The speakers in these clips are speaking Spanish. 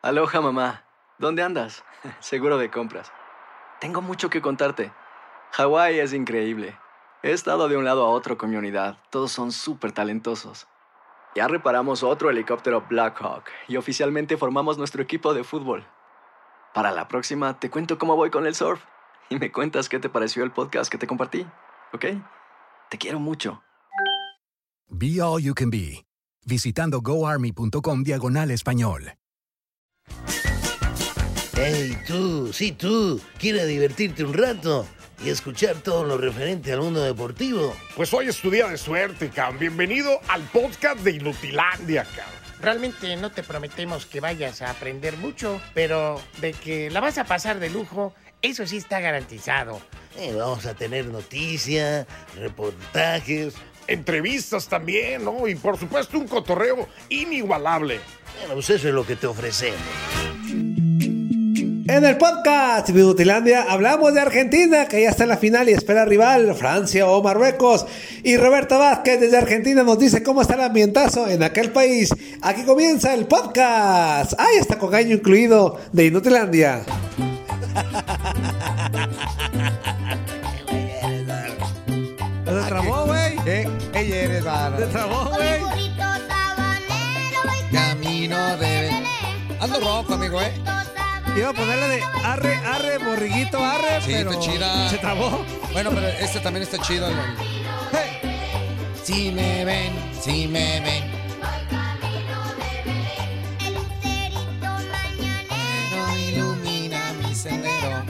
Aloha, mamá. ¿Dónde andas? Seguro de compras. Tengo mucho que contarte. Hawái es increíble. He estado de un lado a otro con mi unidad. Todos son súper talentosos. Ya reparamos otro helicóptero Blackhawk y oficialmente formamos nuestro equipo de fútbol. Para la próxima te cuento cómo voy con el surf y me cuentas qué te pareció el podcast que te compartí, ¿ok? Te quiero mucho. Be All You Can Be, visitando goarmy.com/español. Hey, tú, sí tú, ¿quieres divertirte un rato y escuchar todo lo referente al mundo deportivo? Pues hoy es tu día de suerte, cabrón. Bienvenido al podcast de Inutilandia, cabrón. Realmente no te prometemos que vayas a aprender mucho, pero de que la vas a pasar de lujo, eso sí está garantizado. Vamos a tener noticias, reportajes. Entrevistas también, ¿no? Y por supuesto un cotorreo inigualable. Bueno, pues eso es lo que te ofrecemos. En el podcast de Inutilandia hablamos de Argentina, que ya está en la final y espera rival, Francia o Marruecos. Y Roberto Vázquez desde Argentina nos dice cómo está el ambientazo en aquel país. Aquí comienza el podcast. ¡Ay, está con gallo incluido de Inutilandia! ¿Se trabó, güey? Ella eres rara. ¿Se trabó, güey? Camino de... Ando rojo, amigo, Iba a ponerle de arre, arre, borriguito, arre, sí, pero está chida. se trabó. Bueno, pero este también está chido. Hey. Si me ven, si me ven. No ilumina mi sendero.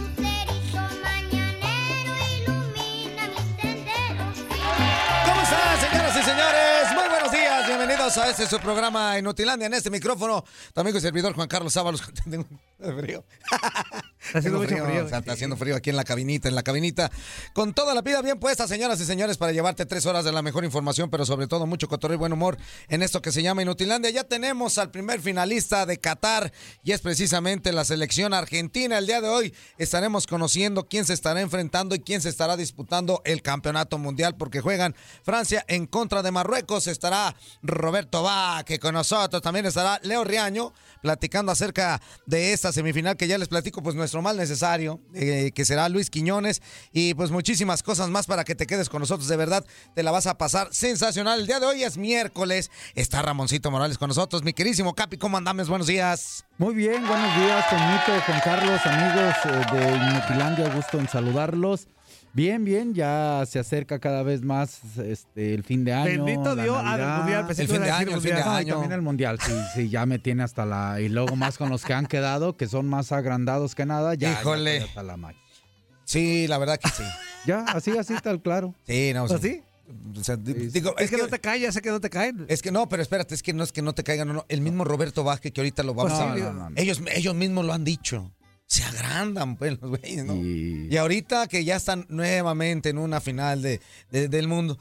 ¿Cómo están, señoras y señores? Muy buenos días, bienvenidos a este su programa Inutilandia. En este micrófono, tu amigo y servidor Juan Carlos Ábalos. Tengo frío. Está haciendo mucho frío. O sea, está haciendo frío aquí en la cabinita. Con toda la pila bien puesta, señoras y señores, para llevarte 3 horas de la mejor información, pero sobre todo mucho cotorreo y buen humor en esto que se llama Inutilandia. Ya tenemos al primer finalista de Qatar y es precisamente la selección argentina. El día de hoy estaremos conociendo quién se estará enfrentando y quién se estará disputando el campeonato mundial, porque juegan Francia en contra de Marruecos. Estará Roberto Vázquez con nosotros, también estará Leo Riaño platicando acerca de esta semifinal que ya les platico, pues nuestro mal necesario, que será Luis Quiñones, y pues muchísimas cosas más para que te quedes con nosotros. De verdad, te la vas a pasar sensacional. El día de hoy es miércoles, está Ramoncito Morales con nosotros. Mi querísimo Capi, ¿cómo andamos? Buenos días. Muy bien, buenos días, Toñito, Juan Carlos, amigos de Inutilandia, gusto en saludarlos. Bien, ya se acerca cada vez más el fin de año. Bendito Dios, Navidad. Mundial. El fin de año. Y también el Mundial, sí, ya me tiene hasta la... Y luego más con los que han quedado, que son más agrandados que nada, ya. Híjole. Ya hasta la magia. Sí, la verdad que sí. Ya, así, tal claro. Sí, no. ¿Así? O sea, digo, Es que no te caen, ya sé que no te caen. Es que no, pero espérate, es que no te caigan o no. El mismo Roberto Vázquez, que ahorita lo vamos a... No. Ellos mismos lo han dicho. Se agrandan, pues, los güeyes, ¿no? Y... Y ahorita que ya están nuevamente en una final del mundo.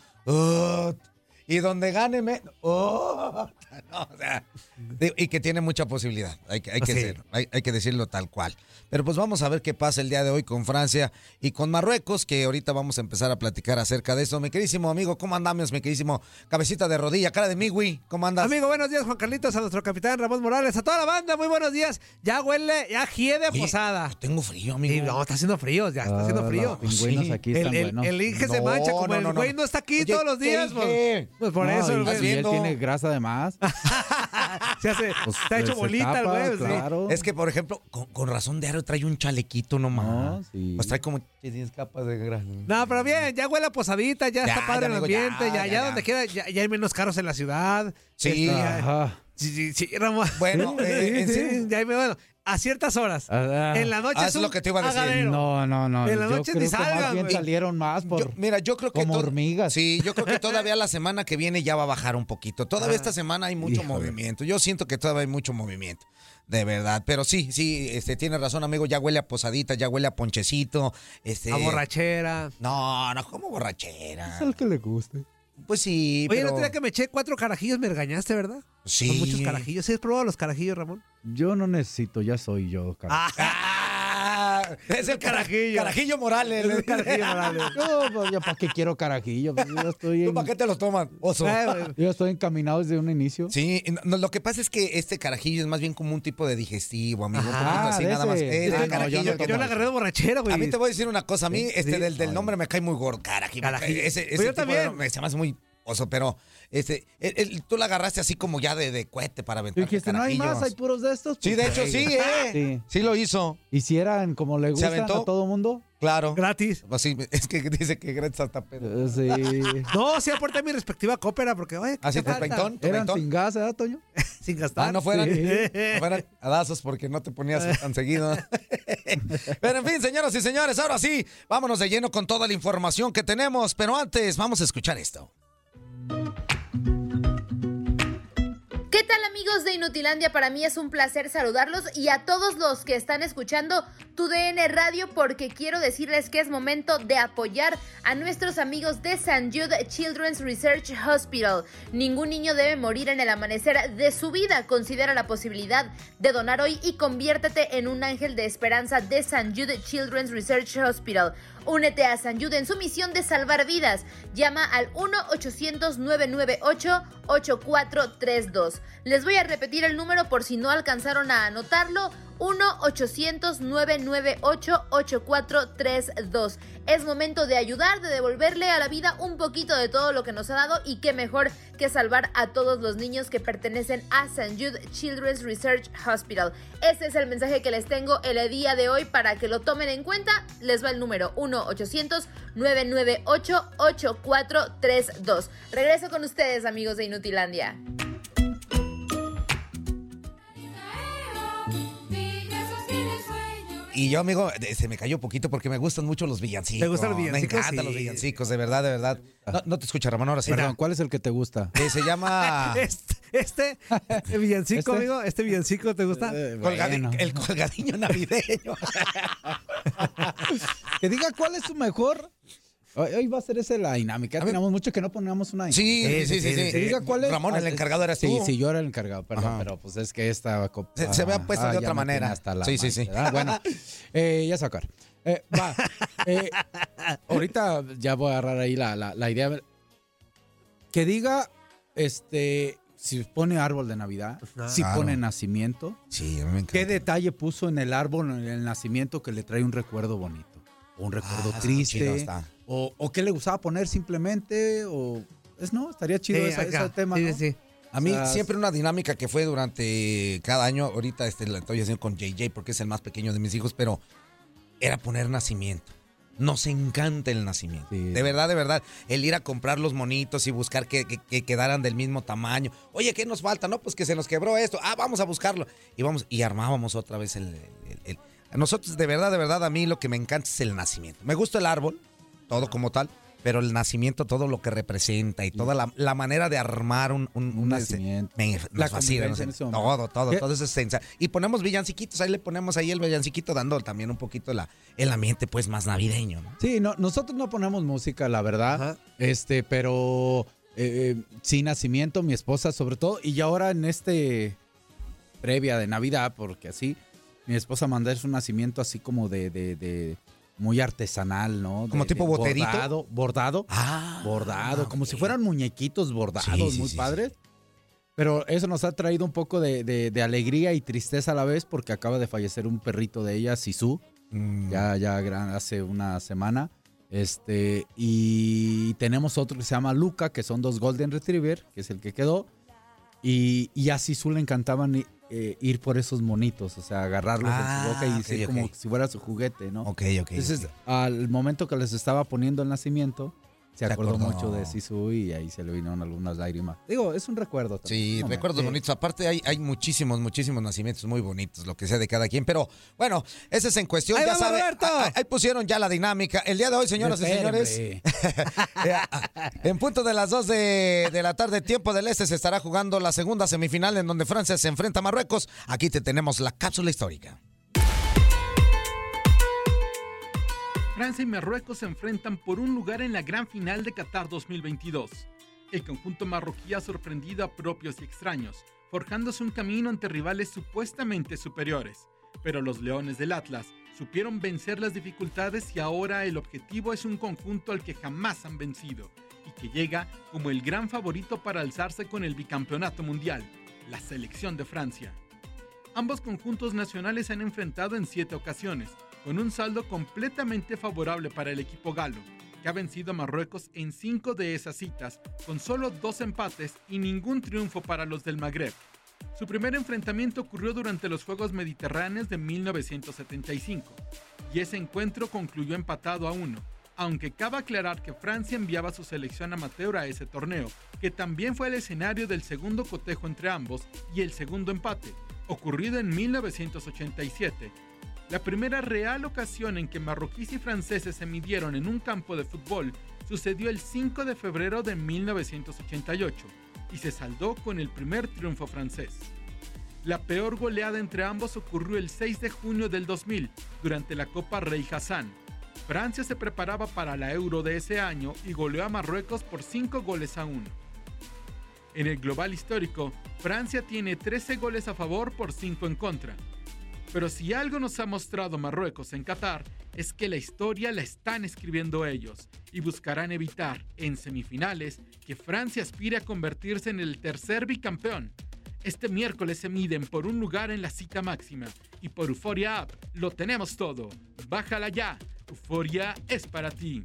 Y donde gane, no, o sea, y que tiene mucha posibilidad. Hay que hacerlo, hay que decirlo tal cual. Pero pues vamos a ver qué pasa el día de hoy con Francia y con Marruecos, que ahorita vamos a empezar a platicar acerca de eso. Mi queridísimo amigo, ¿cómo andamos? Mi queridísimo cabecita de rodilla, cara de migui, ¿cómo andas? Amigo, buenos días, Juan Carlitos, a nuestro capitán Ramón Morales, a toda la banda, muy buenos días. Ya huele, ya hiede a posada. Yo tengo frío, amigo. Sí, no, está haciendo frío, ya está haciendo frío. Los pingüinos Sí. aquí están buenos. El Inge se mancha, como el güey no está aquí Oye, todos los días. Pues por No, eso, el y güey. si él viendo. tiene grasa de más. Se hace, Pues, está hecho se bolita el tapa, güey. Sí. claro. Es que, por ejemplo, con razón de Aro trae un chalequito nomás. No, sí. Pues trae como 10 capas de grasa. No, pero bien, ya huele a posadita, ya está padre el amigo, ambiente, ya ya. donde quiera, ya hay menos carros en la ciudad. Sí. Ajá. Sí, Ramón. Bueno, ¿en Sí, serio? ya hay, bueno, a ciertas horas. En la noche es lo que te iba a decir. agadero. No. En la Yo noche creo ni que más salgan, bien güey. salieron más por... Yo creo que como hormigas. Sí, yo creo que todavía la semana que viene ya va a bajar un poquito. Todavía esta semana hay mucho Híjole. movimiento. Yo siento que todavía hay mucho movimiento. De verdad, pero sí, tiene razón, amigo, ya huele a posadita, ya huele a ponchecito, A borrachera. No, como borrachera. Es el que le guste. Pues sí, Oye, el pero... otro día que me eché 4 carajillos me regañaste, ¿verdad? Sí. Son muchos carajillos. ¿Sí has probado los carajillos, Ramón? Yo no necesito, ya soy yo, cara. Ah, Es el Carajillo Morales. Es el Carajillo Morales. No, pues yo para qué quiero carajillo. Pues, yo estoy ¿Tú para qué te los toman, oso? Yo estoy encaminado desde un inicio. Sí, no, lo que pasa es que este carajillo es más bien como un tipo de digestivo, amigo. Un poquito así, nada más. Yo la agarré de borrachera, güey. A mí te voy a decir una cosa. A mí del nombre me cae muy gordo. Carajillo. Ese Pues yo tipo también. se llama muy oso, pero tú la agarraste así como ya de cohete para aventar. Dijiste, no hay más, hay puros de estos. Sí, de hecho, sí. Sí lo hizo. ¿Hicieran como le gustan a todo mundo? Claro. Gratis. Pues sí, es que dice que gratis hasta pedo. Sí. No, sí aporté mi respectiva cópera, porque, oye, ¿Así te falta? Eran sin gas, ¿verdad, Toño? Sin gastar. No fueran adazos porque no te ponías tan seguido. Pero en fin, señoras y señores, ahora sí, vámonos de lleno con toda la información que tenemos. Pero antes, vamos a escuchar esto. ¿Qué tal, amigos de Inutilandia? Para mí es un placer saludarlos y a todos los que están escuchando Tu DN Radio, porque quiero decirles que es momento de apoyar a nuestros amigos de St. Jude Children's Research Hospital. Ningún niño debe morir en el amanecer de su vida. Considera la posibilidad de donar hoy y conviértete en un ángel de esperanza de St. Jude Children's Research Hospital. Únete a St. Jude en su misión de salvar vidas. Llama al 1-800-998-8432. Les voy a repetir el número por si no alcanzaron a anotarlo. 1-800-998-8432. Es momento de ayudar, de devolverle a la vida un poquito de todo lo que nos ha dado, y qué mejor que salvar a todos los niños que pertenecen a St. Jude Children's Research Hospital. Ese es el mensaje que les tengo el día de hoy para que lo tomen en cuenta. Les va el número 1-800-998-8432. Regreso con ustedes, amigos de Inutilandia. Y yo, amigo, se me cayó poquito porque me gustan mucho los villancicos. ¿Te gustan los villancicos? Me encantan los villancicos, de verdad, de verdad. No te escucha, Ramón, ahora sí. Perdón, ¿cuál es el que te gusta? Se llama... Este villancico, amigo, ¿este villancico te gusta? Bueno. El colgadiño navideño. Que diga cuál es su mejor. Hoy va a ser esa la dinámica. Tenemos mucho que no ponemos una dinámica. Sí. Que diga cuál es. Ramón, el encargado eras tú. Sí, yo era el encargado, perdón. Ajá. Pero pues es que esta copa... Se me ha puesto de otra manera. Sí. Bueno, ya sacar. Va. Ahorita ya voy a agarrar ahí la idea. Que diga, si pone árbol de Navidad, si Claro. pone nacimiento. Sí, a mí me encanta. ¿Qué detalle puso en el árbol, en el nacimiento, que le trae un recuerdo bonito? O un recuerdo triste. Está. O qué le gustaba poner simplemente. Estaría chido ese tema, ¿no? Sí. A mí O sea, siempre una dinámica que fue durante cada año, ahorita la estoy haciendo con JJ porque es el más pequeño de mis hijos, pero era poner nacimiento. Nos encanta el nacimiento. Sí. De verdad. El ir a comprar los monitos y buscar que quedaran del mismo tamaño. Oye, ¿qué nos falta? No, pues que se nos quebró esto. Vamos a buscarlo. Y armábamos otra vez A nosotros, de verdad, a mí lo que me encanta es el nacimiento. Me gusta el árbol, todo como tal, pero el nacimiento, todo lo que representa y toda la manera de armar un nacimiento. Nos fascina. convivencia en ese momento. Todo eso es sensacional. Y ponemos villanciquitos, ahí le ponemos ahí el villanciquito dando también un poquito el ambiente pues más navideño, ¿no? Sí, nosotros no ponemos música, la verdad. Pero sí, nacimiento, mi esposa sobre todo. Y ya ahora en previa de Navidad, porque así, mi esposa mandó su nacimiento así como de muy artesanal, ¿no? ¿Como tipo boterito? Bordado, como si fueran muñequitos bordados, muy padres. Pero eso nos ha traído un poco de alegría y tristeza a la vez, porque acaba de fallecer un perrito de ella, Sisu, ya hace una semana. Y tenemos otro que se llama Luca, que son 2 Golden Retriever, que es el que quedó. Y a Sisu le encantaban ir por esos monitos, o sea, agarrarlos en su boca y ser como si fuera su juguete, ¿no? Ok. Entonces, al momento que les estaba poniendo el nacimiento, se acordó mucho de Sisu y ahí se le vinieron algunas lágrimas. Digo, es un recuerdo también. Sí, recuerdos bonitos. Aparte hay muchísimos nacimientos muy bonitos, lo que sea de cada quien. Pero bueno, ese es en cuestión. ¡Ahí Ya vamos, saben, Roberto! ahí pusieron ya la dinámica. El día de hoy, señoras y señores, en punto de las 2 de la tarde, tiempo del este, se estará jugando la segunda semifinal en donde Francia se enfrenta a Marruecos. Aquí te tenemos la cápsula histórica. Francia y Marruecos se enfrentan por un lugar en la gran final de Qatar 2022. El conjunto marroquí ha sorprendido a propios y extraños, forjándose un camino ante rivales supuestamente superiores. Pero los Leones del Atlas Supieron vencer las dificultades y ahora el objetivo es un conjunto al que jamás han vencido y que llega como el gran favorito para alzarse con el bicampeonato mundial, la selección de Francia. Ambos conjuntos nacionales se han enfrentado en 7 ocasiones, con un saldo completamente favorable para el equipo galo, que ha vencido a Marruecos en 5 de esas citas, con solo 2 empates y ningún triunfo para los del Magreb. Su primer enfrentamiento ocurrió durante los Juegos Mediterráneos de 1975, y ese encuentro concluyó empatado a 1, aunque cabe aclarar que Francia enviaba su selección amateur a ese torneo, que también fue el escenario del segundo cotejo entre ambos y el segundo empate, ocurrido en 1987. La primera real ocasión en que marroquíes y franceses se midieron en un campo de fútbol sucedió el 5 de febrero de 1988 y se saldó con el primer triunfo francés. La peor goleada entre ambos ocurrió el 6 de junio del 2000 durante la Copa Rey Hassan. Francia se preparaba para la Euro de ese año y goleó a Marruecos por 5-1. En el global histórico, Francia tiene 13 goles a favor por 5 en contra. Pero si algo nos ha mostrado Marruecos en Qatar, es que la historia la están escribiendo ellos y buscarán evitar, en semifinales, que Francia aspire a convertirse en el tercer bicampeón. Este miércoles se miden por un lugar en la cita máxima y por Euphoria App lo tenemos todo. Bájala ya, Euphoria es para ti.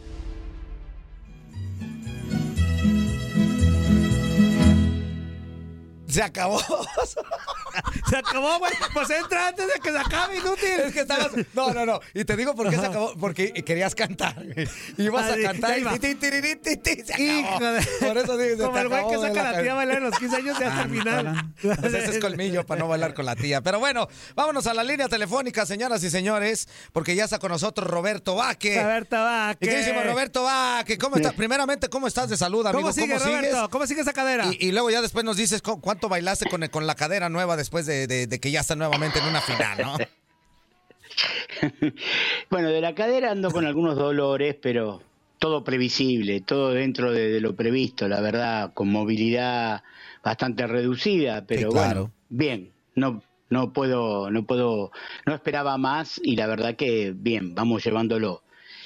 Se acabó. Se acabó, güey. Pues entra antes de que se acabe, inútil. Es que estabas... No. Y te digo por qué se acabó. Porque querías cantar. Ibas a cantar y... Se acabó. Por eso dije, como el güey que saca a la tía a bailar en los 15 años y hasta el final. Pues ese es colmillo para no bailar con la tía. Pero bueno, vámonos a la línea telefónica, señoras y señores, porque ya está con nosotros Roberto Baque. Roberto Baque. Y querísimo Roberto Baque, ¿cómo estás? Primeramente, ¿cómo estás de salud, amigo? ¿Cómo sigue, Roberto? ¿Cómo sigue esa cadera? Y luego ya después nos dices cuánto bailaste con la cadera nueva después de que ya está nuevamente en una final, ¿no? Bueno, de la cadera ando con algunos dolores, pero todo previsible, todo dentro de lo previsto, la verdad, con movilidad bastante reducida, pero sí, claro. Bueno, bien, no esperaba más y la verdad que bien, vamos llevándolo.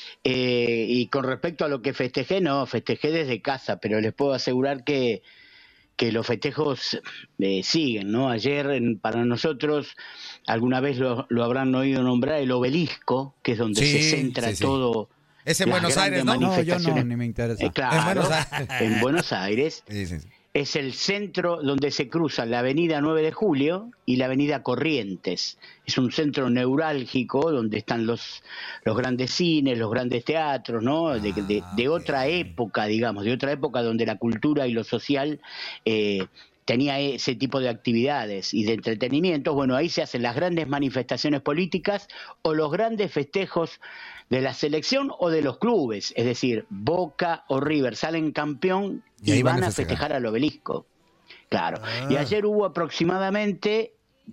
Y con respecto a lo que festejé desde casa, pero les puedo asegurar que los festejos siguen, ¿no? Ayer, para nosotros, alguna vez lo habrán oído nombrar, el Obelisco, que es donde se centra todo. Es en Buenos Aires, ¿no? No, yo no, ni me interesa. Claro, en Buenos Aires. Sí. Es el centro donde se cruzan la avenida 9 de Julio y la avenida Corrientes. Es un centro neurálgico donde están los grandes cines, los grandes teatros, ¿no? De otra época, digamos, de otra época donde la cultura y lo social tenía ese tipo de actividades y de entretenimientos. Bueno, ahí se hacen las grandes manifestaciones políticas o los grandes festejos de la selección o de los clubes, es decir, Boca o River salen campeón y van a festejar al Obelisco. Claro. Y ayer hubo aproximadamente,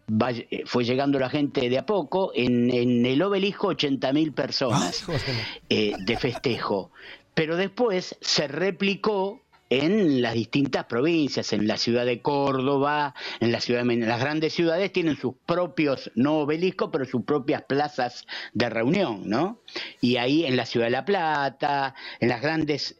fue llegando la gente de a poco, en el Obelisco 80.000 personas de festejo. Pero después se replicó en las distintas provincias, en la ciudad de Córdoba, en las grandes ciudades tienen sus propios, no obeliscos, pero sus propias plazas de reunión, ¿no? Y ahí en la ciudad de La Plata, en las grandes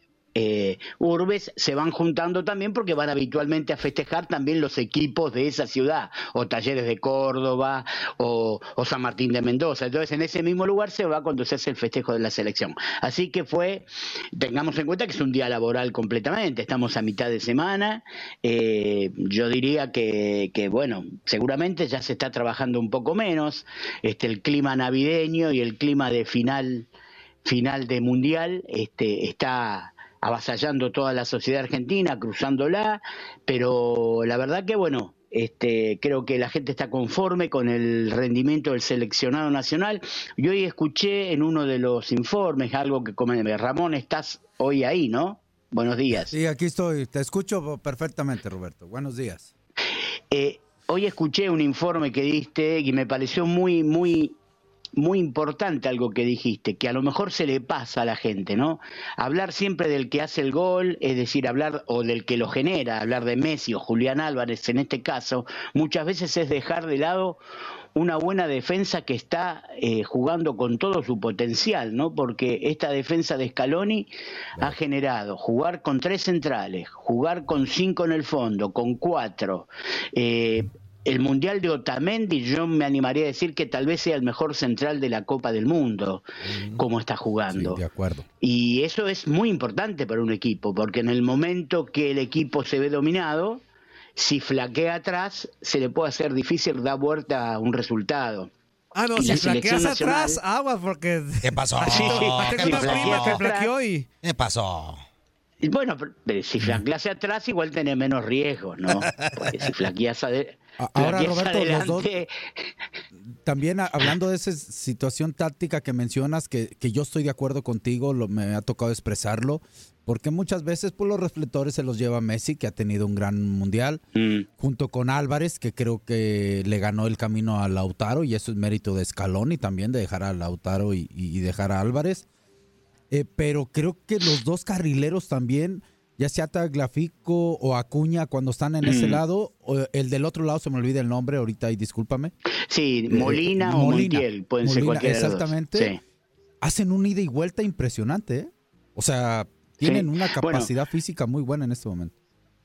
urbes se van juntando también porque van habitualmente a festejar también los equipos de esa ciudad, o Talleres de Córdoba, o San Martín de Mendoza. Entonces en ese mismo lugar se va cuando se hace el festejo de la selección. Así que tengamos en cuenta que es un día laboral completamente, estamos a mitad de semana. Yo diría que bueno, seguramente ya se está trabajando un poco menos, el clima navideño y el clima de final de mundial está avasallando toda la sociedad argentina, cruzándola, pero la verdad que bueno, creo que la gente está conforme con el rendimiento del seleccionado nacional. Y hoy escuché en uno de los informes algo que Ramón, estás hoy ahí, ¿no? Buenos días. Sí, aquí estoy, te escucho perfectamente, Roberto. Buenos días. Hoy escuché un informe que diste y me pareció muy, muy muy importante algo que dijiste, que a lo mejor se le pasa a la gente, ¿no? Hablar siempre del que hace el gol, es decir, hablar o del que lo genera, hablar de Messi o Julián Álvarez en este caso, muchas veces es dejar de lado una buena defensa que está jugando con todo su potencial, ¿no? Porque esta defensa de Scaloni ha generado jugar con 3 centrales, jugar con 5 en el fondo, con 4. El Mundial de Otamendi, yo me animaría a decir que tal vez sea el mejor central de la Copa del Mundo, como está jugando. Sí, de acuerdo. Y eso es muy importante para un equipo, porque en el momento que el equipo se ve dominado, si flaquea atrás, se le puede hacer difícil dar vuelta a un resultado. Ah, no, Y si la flaqueas selección atrás, nacional- aguas, porque... ¿Qué pasó? Tengo una prima que flaqueó y... ¿Qué pasó? Y bueno, pero si flaqueas atrás, igual tenés menos riesgos, ¿no? Porque si flaqueas, Ahora, flaqueas Roberto, los dos, adelante... también hablando de esa situación táctica que mencionas, que yo estoy de acuerdo contigo, me ha tocado expresarlo, porque muchas veces por los reflectores se los lleva Messi, que ha tenido un gran mundial, junto con Álvarez, que creo que le ganó el camino a Lautaro, y eso es mérito de Scaloni también, de dejar a Lautaro y dejar a Álvarez. Pero creo que los dos carrileros también, ya sea Tagliafico o Acuña, cuando están en ese lado, o el del otro lado se me olvida el nombre ahorita y discúlpame. Sí, Molina o Montiel, pueden ser cualquiera de los dos. Exactamente. Sí. Hacen un ida y vuelta impresionante, ¿eh? O sea, tienen una capacidad física muy buena en este momento.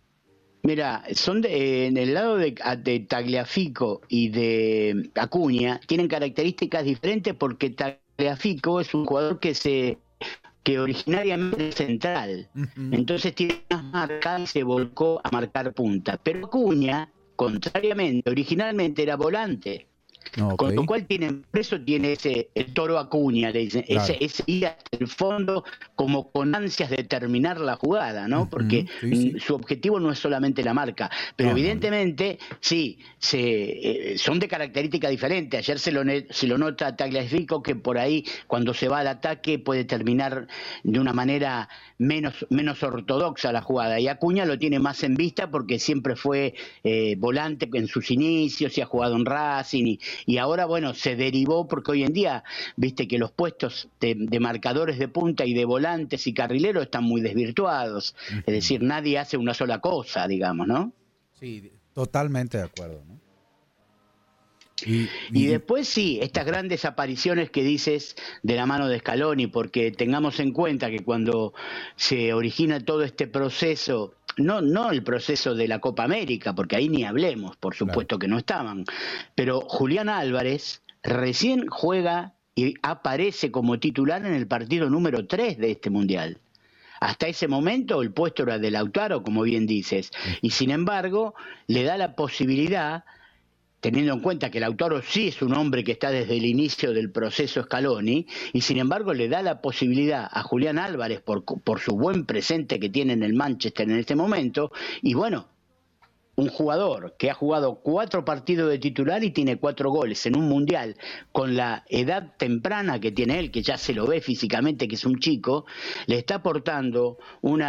Mira, son en el lado de Tagliafico y de Acuña, tienen características diferentes porque Tagliafico es un jugador que originariamente es central, entonces tiene más marca y se volcó a marcar punta. Pero Acuña, contrariamente, originalmente era volante. Con lo cual por eso tiene el toro Acuña, le dicen, claro. ese ir hasta el fondo como con ansias de terminar la jugada, ¿no? Porque su objetivo no es solamente la marca, pero evidentemente sí, son de característica diferente. Ayer se lo nota Tagliafico, que por ahí cuando se va al ataque puede terminar de una manera menos ortodoxa la jugada, y Acuña lo tiene más en vista porque siempre fue volante en sus inicios y ha jugado en Racing y ahora, bueno, se derivó porque hoy en día, viste que los puestos de marcadores de punta y de volantes y carrileros están muy desvirtuados. Es decir, nadie hace una sola cosa, digamos, ¿no? Sí, totalmente de acuerdo, ¿no? Y después sí, estas grandes apariciones que dices de la mano de Scaloni, porque tengamos en cuenta que cuando se origina todo este proceso, no el proceso de la Copa América, porque ahí ni hablemos, por supuesto que no estaban, pero Julián Álvarez recién juega y aparece como titular en el partido número 3 de este Mundial. Hasta ese momento el puesto era de Lautaro, como bien dices, y sin embargo le da la posibilidad, teniendo en cuenta que Lautaro sí es un hombre que está desde el inicio del proceso Scaloni, y sin embargo le da la posibilidad a Julián Álvarez por su buen presente que tiene en el Manchester en este momento, y bueno, un jugador que ha jugado 4 partidos de titular y tiene 4 goles en un mundial, con la edad temprana que tiene él, que ya se lo ve físicamente que es un chico, le está aportando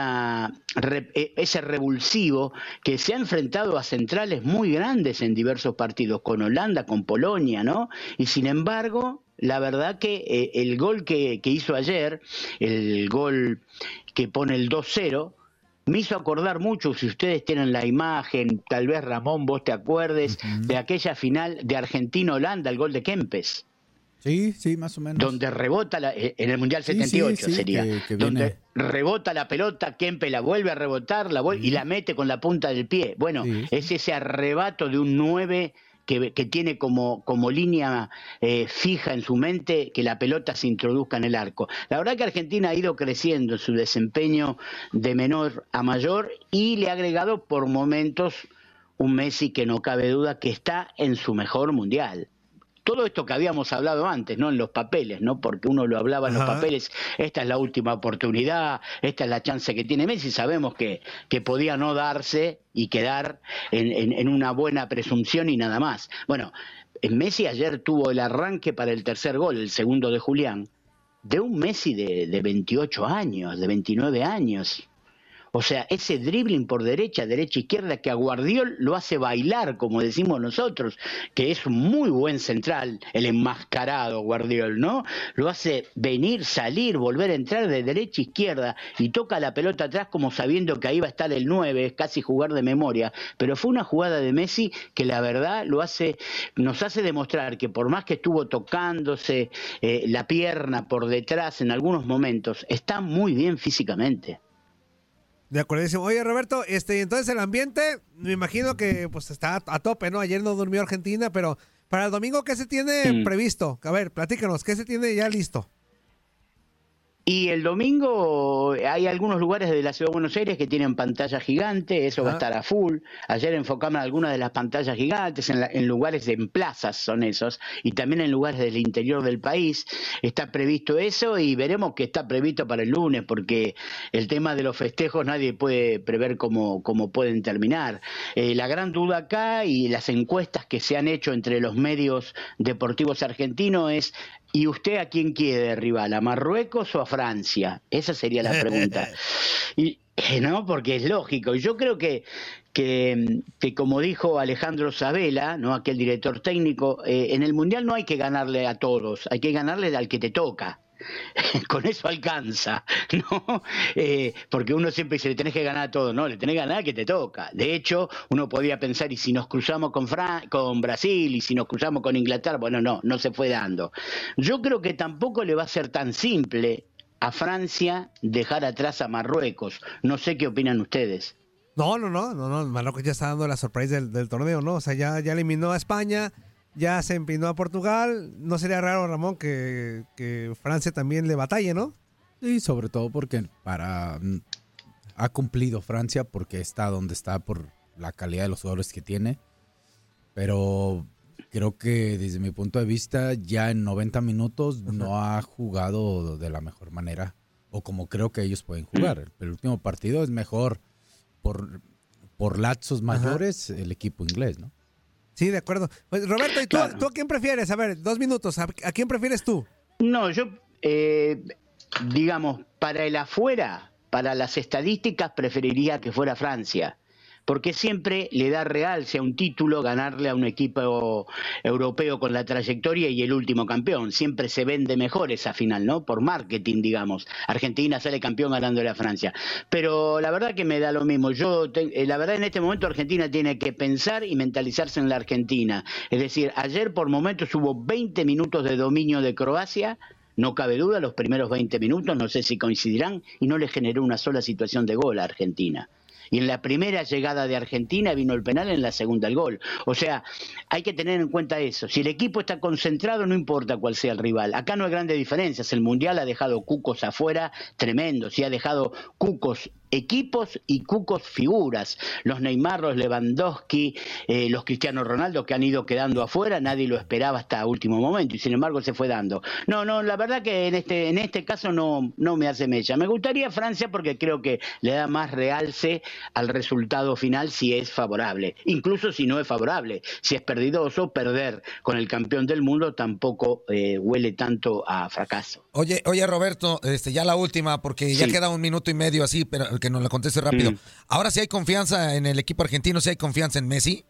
ese revulsivo que se ha enfrentado a centrales muy grandes en diversos partidos, con Holanda, con Polonia, ¿no? Y sin embargo, la verdad que el gol que hizo ayer, el gol que pone el 2-0, me hizo acordar mucho, si ustedes tienen la imagen, tal vez Ramón, vos te acuerdes, de aquella final de Argentina-Holanda, el gol de Kempes. Sí, más o menos. Donde rebota, en el Mundial 78 sería, donde rebota la pelota, Kempes la vuelve a rebotar, y la mete con la punta del pie. Bueno, es ese arrebato de un 9 que tiene como línea fija en su mente que la pelota se introduzca en el arco. La verdad que Argentina ha ido creciendo en su desempeño de menor a mayor y le ha agregado por momentos un Messi que no cabe duda que está en su mejor mundial. Todo esto que habíamos hablado antes, ¿no? En los papeles, ¿no? Porque uno lo hablaba en los papeles, esta es la última oportunidad, esta es la chance que tiene Messi, sabemos que podía no darse y quedar en una buena presunción y nada más. Bueno, Messi ayer tuvo el arranque para el tercer gol, el segundo de Julián, de un Messi de 28 años, de 29 años. O sea, ese dribbling por derecha, izquierda, que a Guardiol lo hace bailar, como decimos nosotros, que es un muy buen central, el enmascarado Guardiol, ¿no? Lo hace venir, salir, volver a entrar de derecha a izquierda y toca la pelota atrás como sabiendo que ahí va a estar el 9, es casi jugar de memoria. Pero fue una jugada de Messi que la verdad nos hace demostrar que por más que estuvo tocándose la pierna por detrás en algunos momentos, está muy bien físicamente. De acuerdo. Oye, Roberto, entonces el ambiente, me imagino que pues está a tope, ¿no? Ayer no durmió Argentina, pero para el domingo, ¿qué se tiene previsto? A ver, platícanos, ¿qué se tiene ya listo? Y el domingo hay algunos lugares de la Ciudad de Buenos Aires que tienen pantalla gigante, eso va a estar a full. Ayer enfocamos algunas de las pantallas gigantes en lugares, en plazas son esos, y también en lugares del interior del país. Está previsto eso y veremos qué está previsto para el lunes, porque el tema de los festejos nadie puede prever cómo pueden terminar. La gran duda acá y las encuestas que se han hecho entre los medios deportivos argentinos es: ¿y usted a quién quiere de rival? ¿A Marruecos o a Francia? Esa sería la pregunta. Y no, porque es lógico. Y yo creo que como dijo Alejandro Sabella, ¿no?, aquel director técnico, en el Mundial no hay que ganarle a todos, hay que ganarle al que te toca. Con eso alcanza, ¿no? Porque uno siempre dice, le tenés que ganar a todo, no, le tenés que ganar al que te toca. De hecho, uno podía pensar, y si nos cruzamos con Brasil, y si nos cruzamos con Inglaterra, bueno, no se fue dando. Yo creo que tampoco le va a ser tan simple a Francia dejar atrás a Marruecos. No sé qué opinan ustedes. No, Marruecos ya está dando la sorpresa del torneo, ¿no? O sea, ya eliminó a España, ya se empinó a Portugal. No sería raro, Ramón, que Francia también le batalle, ¿no? Sí, sobre todo porque ha cumplido Francia porque está donde está por la calidad de los jugadores que tiene. Pero creo que desde mi punto de vista ya en 90 minutos no ha jugado de la mejor manera o como creo que ellos pueden jugar. El último partido es mejor por lapsos mayores el equipo inglés, ¿no? Sí, de acuerdo. Pues, Roberto, ¿y tú a quién prefieres? A ver, 2 minutos. ¿A quién prefieres tú? No, yo, digamos, para el afuera, para las estadísticas, preferiría que fuera Francia. Porque siempre le da realce a un título ganarle a un equipo europeo con la trayectoria y el último campeón. Siempre se vende mejor esa final, ¿no? Por marketing, digamos. Argentina sale campeón ganándole a Francia. Pero la verdad que me da lo mismo. La verdad, en este momento Argentina tiene que pensar y mentalizarse en la Argentina. Es decir, ayer por momentos hubo 20 minutos de dominio de Croacia. No cabe duda, los primeros 20 minutos, no sé si coincidirán, y no le generó una sola situación de gol a Argentina. Y en la primera llegada de Argentina vino el penal, en la segunda el gol. O sea, hay que tener en cuenta eso. Si el equipo está concentrado, no importa cuál sea el rival. Acá no hay grandes diferencias. El Mundial ha dejado cucos afuera tremendos y ha dejado cucos equipos y cucos figuras. Los Neymar, los Lewandowski, los Cristiano Ronaldo, que han ido quedando afuera, nadie lo esperaba hasta último momento y sin embargo se fue dando. No, la verdad que en este caso no me hace mella. Me gustaría Francia porque creo que le da más realce al resultado final si es favorable. Incluso si no es favorable, si es perdidoso, perder con el campeón del mundo tampoco huele tanto a fracaso. Oye, Roberto, ya la última, porque ya queda 1 minuto y medio así, pero que nos la conteste rápido. Ahora sí hay confianza en el equipo argentino, sí hay confianza en Messi.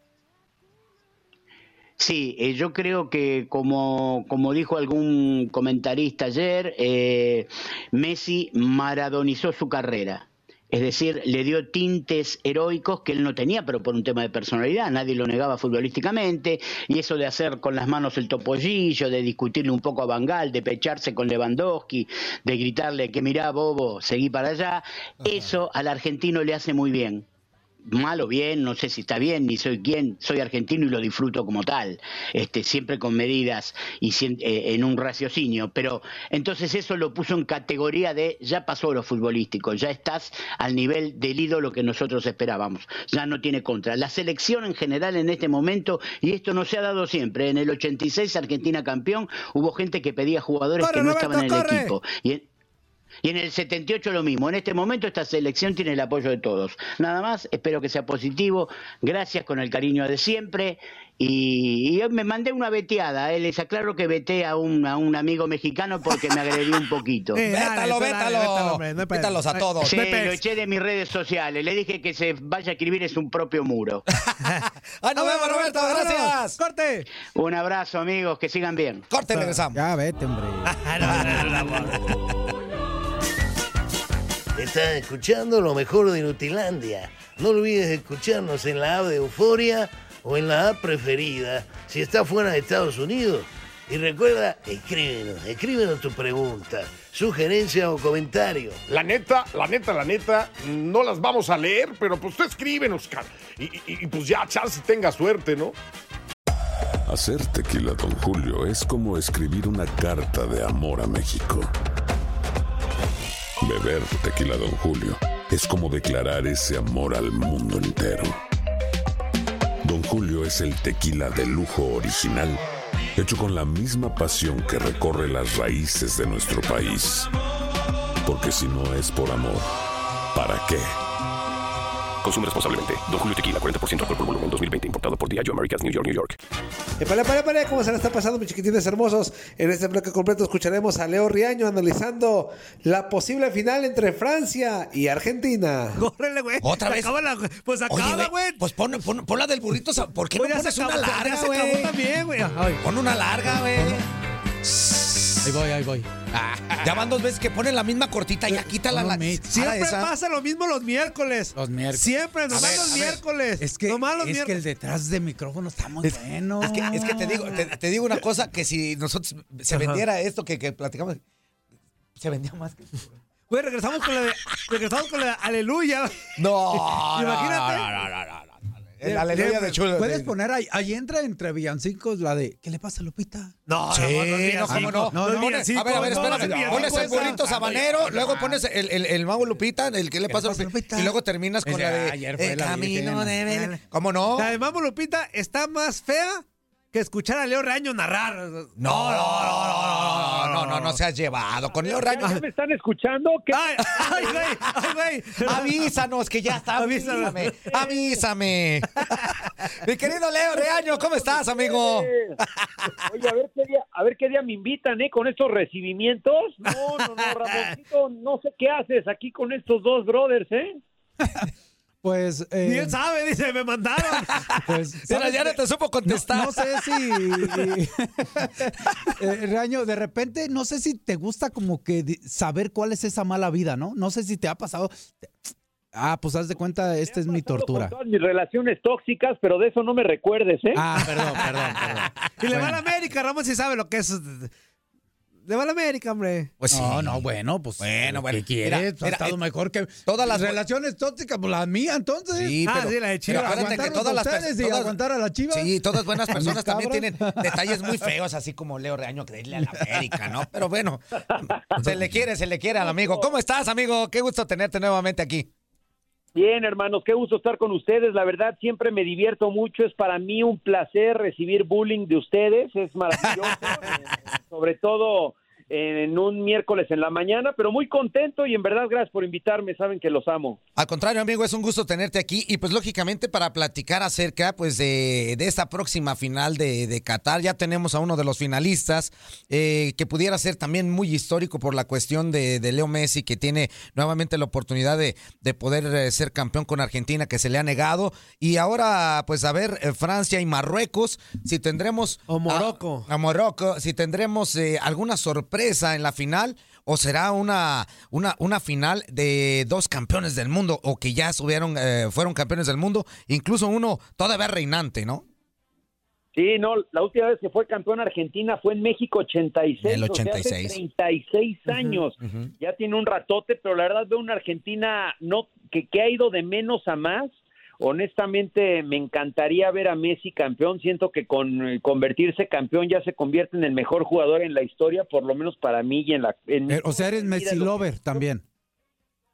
Sí, yo creo que como dijo algún comentarista ayer, Messi maradonizó su carrera. Es decir, le dio tintes heroicos que él no tenía, pero por un tema de personalidad, nadie lo negaba futbolísticamente, y eso de hacer con las manos el topollillo, de discutirle un poco a Van Gaal, de pecharse con Lewandowski, de gritarle que mirá, bobo, seguí para allá, eso al argentino le hace muy bien. Mal o bien, no sé si está bien, ni soy quién, soy argentino y lo disfruto como tal, siempre con medidas y en un raciocinio, pero entonces eso lo puso en categoría de ya pasó lo futbolístico, ya estás al nivel del ídolo que nosotros esperábamos, ya no tiene contra. La selección en general en este momento, y esto no se ha dado siempre, en el 86 Argentina campeón, hubo gente que pedía jugadores que no estaban en el equipo. Y en el 78 lo mismo. En este momento esta selección tiene el apoyo de todos. Nada más, espero que sea positivo. Gracias, con el cariño de siempre. Y me mandé una veteada, les aclaro que veté a un amigo mexicano porque me agredió un poquito. Vétalo. Vétalos a todos. Sí, lo eché de mis redes sociales. Le dije que se vaya a escribir en su propio muro. Nos vemos, Roberto, gracias. ¡Corte! Un abrazo, amigos, que sigan bien. Corte, regresamos. Ya vete, hombre. Estás escuchando lo mejor de Inutilandia. No olvides escucharnos en la app de Euforia o en la app preferida si estás fuera de Estados Unidos. Y recuerda, escríbenos tu pregunta, sugerencia o comentario. La neta, no las vamos a leer, pero pues tú escríbenos, cara. Y pues ya, chance tenga suerte, ¿no? Hacer tequila Don Julio es como escribir una carta de amor a México. Beber tequila Don Julio es como declarar ese amor al mundo entero. Don Julio es el tequila de lujo original, hecho con la misma pasión que recorre las raíces de nuestro país. Porque si no es por amor, ¿para qué? Consume responsablemente. Don Julio Tequila, 40% alcohol por volumen, 2020. Importado por Diageo Americas, New York, New York. Epale, ¿cómo se la está pasando, mis chiquitines hermosos? En este bloque completo escucharemos a Leo Riaño analizando la posible final entre Francia y Argentina. ¡Córrele, güey! ¿Otra vez? Pues acaba, güey. Pues pon la del burrito. ¿Por qué Pues no ya pones se una acabó, larga, ya se güey? acabó también, güey. Pon una larga, güey. Ahí voy. Ya van 2 veces que ponen la misma cortita, ya quítala la Siempre pasa lo mismo los miércoles. Siempre, nomás los miércoles. Es que el detrás de micrófono está muy bueno. Es que te digo una cosa, que si nosotros se vendiera esto que platicamos, se vendía más que... Güey, regresamos con la de Aleluya. No, imagínate. No. El aleluya de chulo. Puedes poner ahí entra entre villancicos la de ¿qué le pasa a Lupita? No, sí, ¿cómo no? A ver, espérate. Pones el burrito sabanero, luego pones el mago Lupita, el que le pasa a Lupita, y luego terminas con la de el camino de ver. ¿Cómo no? La de Mago Lupita está más fea que escuchar a Leo Reaño narrar. No se has llevado. Con Leo Reaño. ¿Ya me están escuchando? Ay, güey. Avísanos que ya está. Avísame. Mi querido Leo Reaño, ¿cómo estás, amigo? Oye, a ver qué día me invitan, con estos recibimientos. No, Ramoncito, no sé qué haces aquí con estos dos brothers, Pues... Ni él sabe, dice, me mandaron. Pues, ya no te supo contestar. No sé si... Reaño, de repente, no sé si te gusta como que saber cuál es esa mala vida, ¿no? No sé si te ha pasado... pues haz de cuenta, esta es mi tortura. Todas mis relaciones tóxicas, pero de eso no me recuerdes, Perdón. Y le va a la América, Ramón, si sabe lo que es... Le va a la América, hombre. Pues sí. Bueno. ¿Qué quieres? Ha estado mejor que todas las relaciones tóxicas, pues la mía, entonces. Sí, sí, la de Chivas. Pero acuérdate que todas las personas... aguantar a la Chivas. Sí, todas buenas personas también tienen detalles muy feos, así como Leo Reaño, creerle a la América, ¿no? Pero bueno, se le quiere al amigo. ¿Cómo estás, amigo? Qué gusto tenerte nuevamente aquí. Bien, hermanos, qué gusto estar con ustedes. La verdad, siempre me divierto mucho. Es para mí un placer recibir bullying de ustedes. Es maravilloso, sobre todo en un miércoles en la mañana, pero muy contento y en verdad gracias por invitarme. Saben que los amo. Al contrario, amigo, es un gusto tenerte aquí y pues lógicamente para platicar acerca pues de esta próxima final de Qatar. Ya tenemos a uno de los finalistas que pudiera ser también muy histórico por la cuestión de Leo Messi, que tiene nuevamente la oportunidad de poder ser campeón con Argentina, que se le ha negado. Y ahora pues a ver Francia y Marruecos, si tendremos o Morocco, si tendremos alguna sorpresa en la final, o será una final de dos campeones del mundo, o que ya fueron campeones del mundo, incluso uno todavía reinante, ¿no? Sí, no, la última vez que fue campeón Argentina fue en México 86. El 86. O sea, hace 36 años. Ya tiene un ratote, pero la verdad veo una Argentina que ha ido de menos a más. Honestamente, me encantaría ver a Messi campeón. Siento que con convertirse campeón ya se convierte en el mejor jugador en la historia, por lo menos para mí y o sea, eres Messi lover también.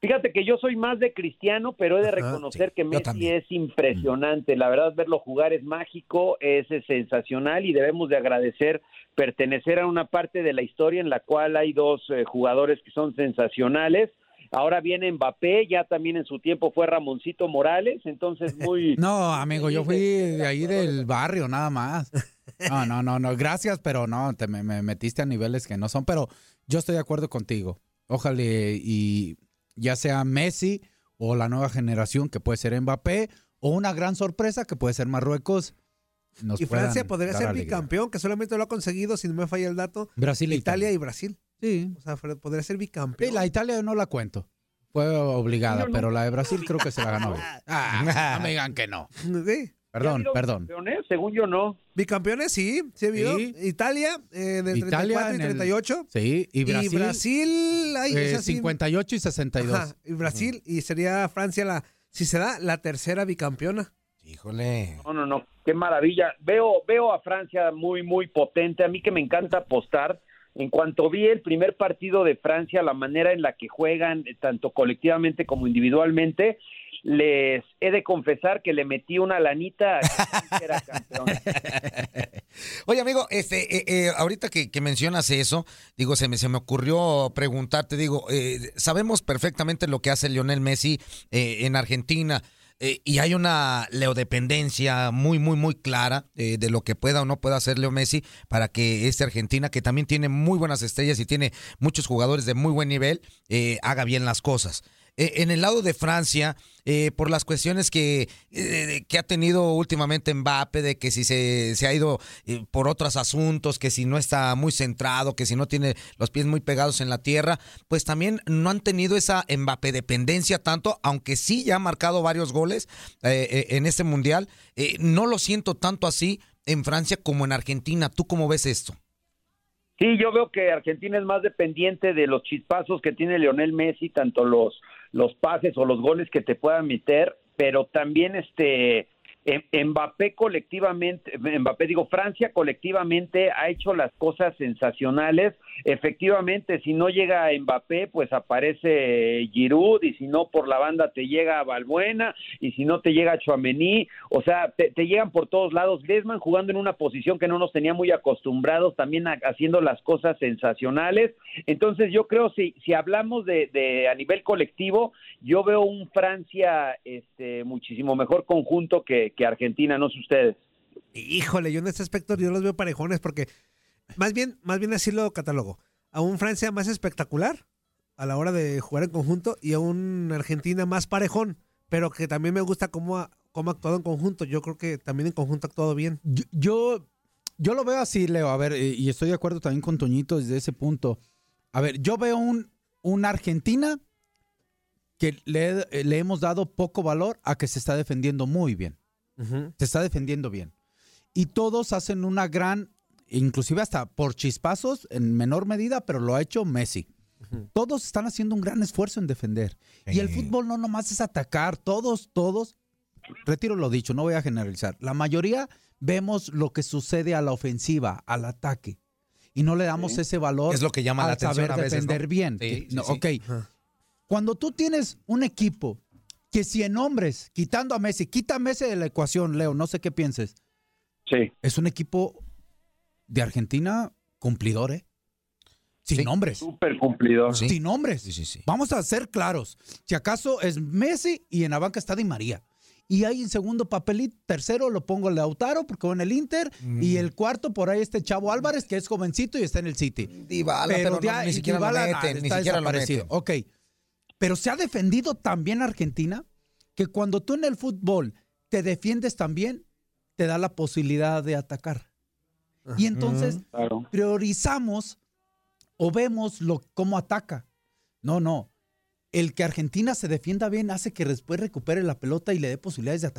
Fíjate que yo soy más de Cristiano, pero he de Ajá, reconocer sí, que yo Messi también. es impresionante. La verdad, verlo jugar es mágico, es sensacional y debemos de agradecer pertenecer a una parte de la historia en la cual hay dos jugadores que son sensacionales. Ahora viene Mbappé, ya también en su tiempo fue Ramoncito Morales, entonces muy... No, amigo, yo fui de ahí del barrio, nada más. No, gracias, pero no, me metiste a niveles que no son, pero yo estoy de acuerdo contigo. Ojalá y ya sea Messi o la nueva generación que puede ser Mbappé o una gran sorpresa que puede ser Marruecos. Y Francia podría ser bicampeón, que solamente lo ha conseguido, si no me falla el dato, Brasil e Italia y Brasil. Sí. O sea, podría ser bicampeón. Sí, la Italia no la cuento. Fue obligada, pero la de Brasil creo que se la ganó. No me digan que no. Sí. Perdón. Campeones? Según yo no. Bicampeones, sí, sí ha habido. Sí. Italia, del Italia 34 y 38. Sí, y Brasil. Y Brasil, esa sí. 58 y 62. Ajá, y Brasil, y sería Francia, si se da, la tercera bicampeona. Híjole. No, qué maravilla. Veo a Francia muy, muy potente. A mí que me encanta apostar. En cuanto vi el primer partido de Francia, la manera en la que juegan, tanto colectivamente como individualmente, les he de confesar que le metí una lanita a que Francia era campeón. Oye, amigo, ahorita que mencionas eso, digo, se me ocurrió preguntarte, digo, sabemos perfectamente lo que hace Lionel Messi en Argentina. Y hay una leodependencia muy, muy, muy clara de lo que pueda o no pueda hacer Leo Messi para que esta Argentina, que también tiene muy buenas estrellas y tiene muchos jugadores de muy buen nivel, haga bien las cosas. En el lado de Francia, por las cuestiones que ha tenido últimamente Mbappé, de que si se ha ido por otros asuntos, que si no está muy centrado, que si no tiene los pies muy pegados en la tierra, pues también no han tenido esa Mbappé dependencia tanto, aunque sí ya ha marcado varios goles en este Mundial. No lo siento tanto así en Francia como en Argentina. ¿Tú cómo ves esto? Sí, yo veo que Argentina es más dependiente de los chispazos que tiene Lionel Messi, tanto los pases o los goles que te puedan meter, pero también Francia colectivamente ha hecho las cosas sensacionales. Efectivamente, si no llega Mbappé, pues aparece Giroud, y si no por la banda te llega Balbuena, y si no te llega Tchouaméni, o sea, te llegan por todos lados. Griezmann jugando en una posición que no nos tenía muy acostumbrados, también haciendo las cosas sensacionales. Entonces yo creo, si hablamos de a nivel colectivo, yo veo un Francia muchísimo mejor conjunto que Argentina, no sé ustedes. Híjole, yo en este aspecto yo los veo parejones porque más bien así lo catalogo. A un Francia más espectacular a la hora de jugar en conjunto y a un Argentina más parejón, pero que también me gusta cómo ha actuado en conjunto. Yo creo que también en conjunto ha actuado bien. Yo lo veo así, Leo. A ver, y estoy de acuerdo también con Toñito desde ese punto. A ver, yo veo una Argentina que le hemos dado poco valor a que se está defendiendo muy bien. Uh-huh. Se está defendiendo bien. Y todos hacen una gran, inclusive hasta por chispazos, en menor medida, pero lo ha hecho Messi. Uh-huh. Todos están haciendo un gran esfuerzo en defender. Y el fútbol no nomás es atacar. Todos, retiro lo dicho, no voy a generalizar. La mayoría vemos lo que sucede a la ofensiva, al ataque. Y no le damos ese valor es lo que llama la atención saber a veces, defender ¿no? bien. Sí, No, sí. ok. Uh-huh. Cuando tú tienes un equipo que 100 hombres, quitando a Messi, quita a Messi de la ecuación, Leo, no sé qué pienses. Sí. Es un equipo de Argentina cumplidor, ¿eh? Sin nombres. Súper cumplidor. Sin nombres. Sí. Vamos a ser claros. Si acaso es Messi y en la banca está Di María. Y ahí en segundo papelito, tercero lo pongo Lautaro porque va en el Inter. Y el cuarto por ahí este Chavo Álvarez, que es jovencito y está en el City. Dybala, pero no, ni siquiera lo meten, ni siquiera lo meten. Ok. Pero se ha defendido también Argentina que cuando tú en el fútbol te defiendes también, te da la posibilidad de atacar. Y entonces priorizamos o vemos cómo ataca. No. El que Argentina se defienda bien hace que después recupere la pelota y le dé posibilidades de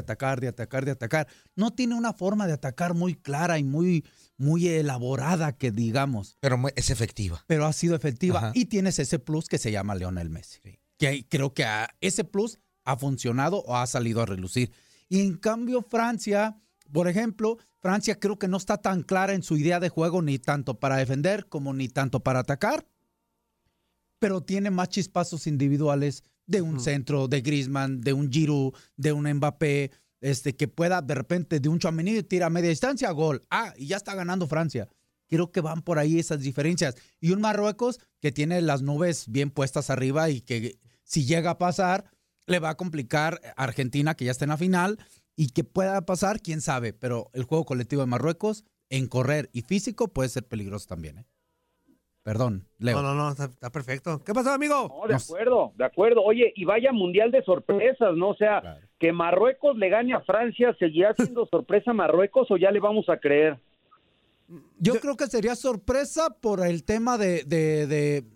atacar. No tiene una forma de atacar muy clara y muy, muy elaborada que digamos. Pero es efectiva. Pero ha sido efectiva. Ajá. Y tienes ese plus que se llama Lionel Messi. Sí. Que creo que ese plus ha funcionado o ha salido a relucir. Y en cambio Francia, por ejemplo, Francia creo que no está tan clara en su idea de juego ni tanto para defender como ni tanto para atacar. pero tiene más chispazos individuales de un centro, de Griezmann, de un Giroud, de un Mbappé, que pueda de repente de un Tchouaméni tira a media distancia, gol. Y ya está ganando Francia. Creo que van por ahí esas diferencias. Y un Marruecos que tiene las nubes bien puestas arriba y que si llega a pasar, le va a complicar a Argentina, que ya está en la final, y que pueda pasar, quién sabe. Pero el juego colectivo de Marruecos, en correr y físico, puede ser peligroso también, ¿eh? Perdón, Leo. No, está perfecto. ¿Qué pasó, amigo? No, de acuerdo. Oye, y vaya mundial de sorpresas, ¿no? O sea, claro, que Marruecos le gane a Francia, ¿seguirá siendo sorpresa Marruecos o ya le vamos a creer? Yo creo que sería sorpresa por el tema de